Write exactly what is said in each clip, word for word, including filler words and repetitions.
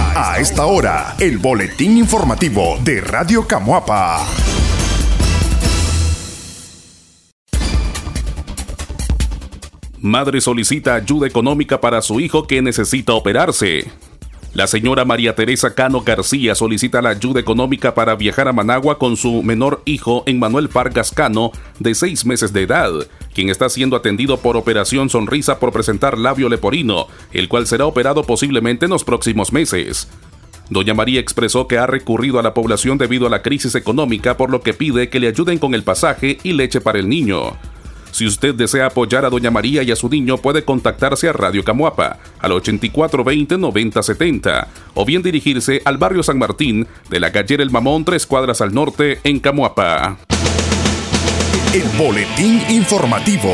A esta hora, el boletín informativo de Radio Camuapa. Madre solicita ayuda económica para su hijo que necesita operarse. La señora María Teresa Cano García solicita la ayuda económica para viajar a Managua con su menor hijo, Emmanuel Vargas Cano, de seis meses de edad, quien está siendo atendido por Operación Sonrisa por presentar labio leporino, el cual será operado posiblemente en los próximos meses. Doña María expresó que ha recurrido a la población debido a la crisis económica, por lo que pide que le ayuden con el pasaje y leche para el niño. Si usted desea apoyar a Doña María y a su niño, puede contactarse a Radio Camuapa al ochenta y cuatro veinte noventa setenta o bien dirigirse al barrio San Martín de la calle El Mamón, tres cuadras al norte, en Camuapa. El boletín informativo.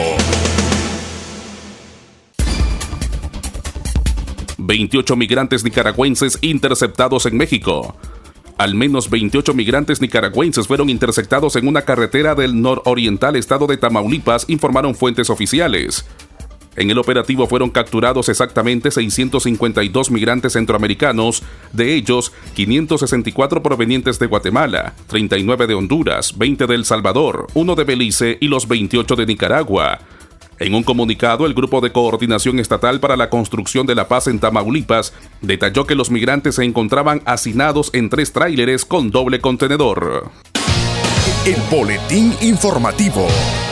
veintiocho migrantes nicaragüenses interceptados en México. Al menos veintiocho migrantes nicaragüenses fueron interceptados en una carretera del nororiental estado de Tamaulipas, informaron fuentes oficiales. En el operativo fueron capturados exactamente seiscientos cincuenta y dos migrantes centroamericanos, de ellos quinientos sesenta y cuatro provenientes de Guatemala, treinta y nueve de Honduras, veinte de El Salvador, uno de Belice y los veintiocho de Nicaragua. En un comunicado, el Grupo de Coordinación Estatal para la Construcción de la Paz en Tamaulipas detalló que los migrantes se encontraban hacinados en tres tráileres con doble contenedor. El boletín informativo.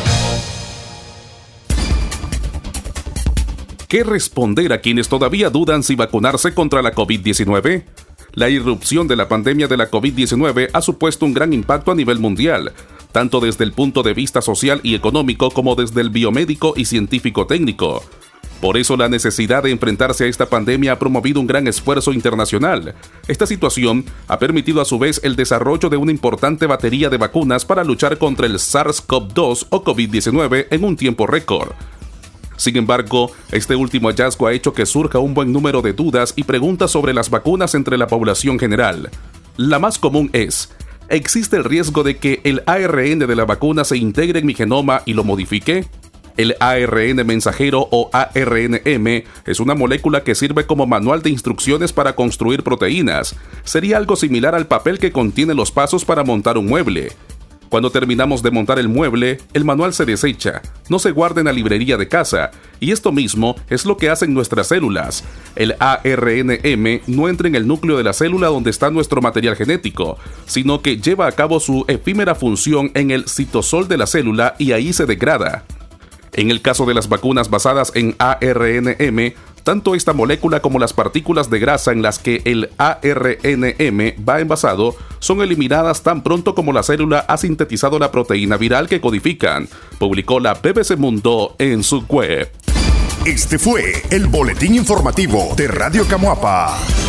¿Qué responder a quienes todavía dudan si vacunarse contra la COVID diecinueve? La irrupción de la pandemia de la COVID diecinueve ha supuesto un gran impacto a nivel mundial, tanto desde el punto de vista social y económico como desde el biomédico y científico técnico. Por eso la necesidad de enfrentarse a esta pandemia ha promovido un gran esfuerzo internacional. Esta situación ha permitido a su vez el desarrollo de una importante batería de vacunas para luchar contra el SARS-CoV dos o COVID diecinueve en un tiempo récord. Sin embargo, este último hallazgo ha hecho que surja un buen número de dudas y preguntas sobre las vacunas entre la población general. La más común es: ¿existe el riesgo de que el A R N de la vacuna se integre en mi genoma y lo modifique? El A R N mensajero o A R N M es una molécula que sirve como manual de instrucciones para construir proteínas. Sería algo similar al papel que contiene los pasos para montar un mueble. Cuando terminamos de montar el mueble, el manual se desecha, no se guarda en la librería de casa, y esto mismo es lo que hacen nuestras células. El A R N M no entra en el núcleo de la célula donde está nuestro material genético, sino que lleva a cabo su efímera función en el citosol de la célula y ahí se degrada. En el caso de las vacunas basadas en A R N M, tanto esta molécula como las partículas de grasa en las que el A R N M va envasado son eliminadas tan pronto como la célula ha sintetizado la proteína viral que codifican, publicó la B B C Mundo en su web. Este fue el boletín informativo de Radio Camuapa.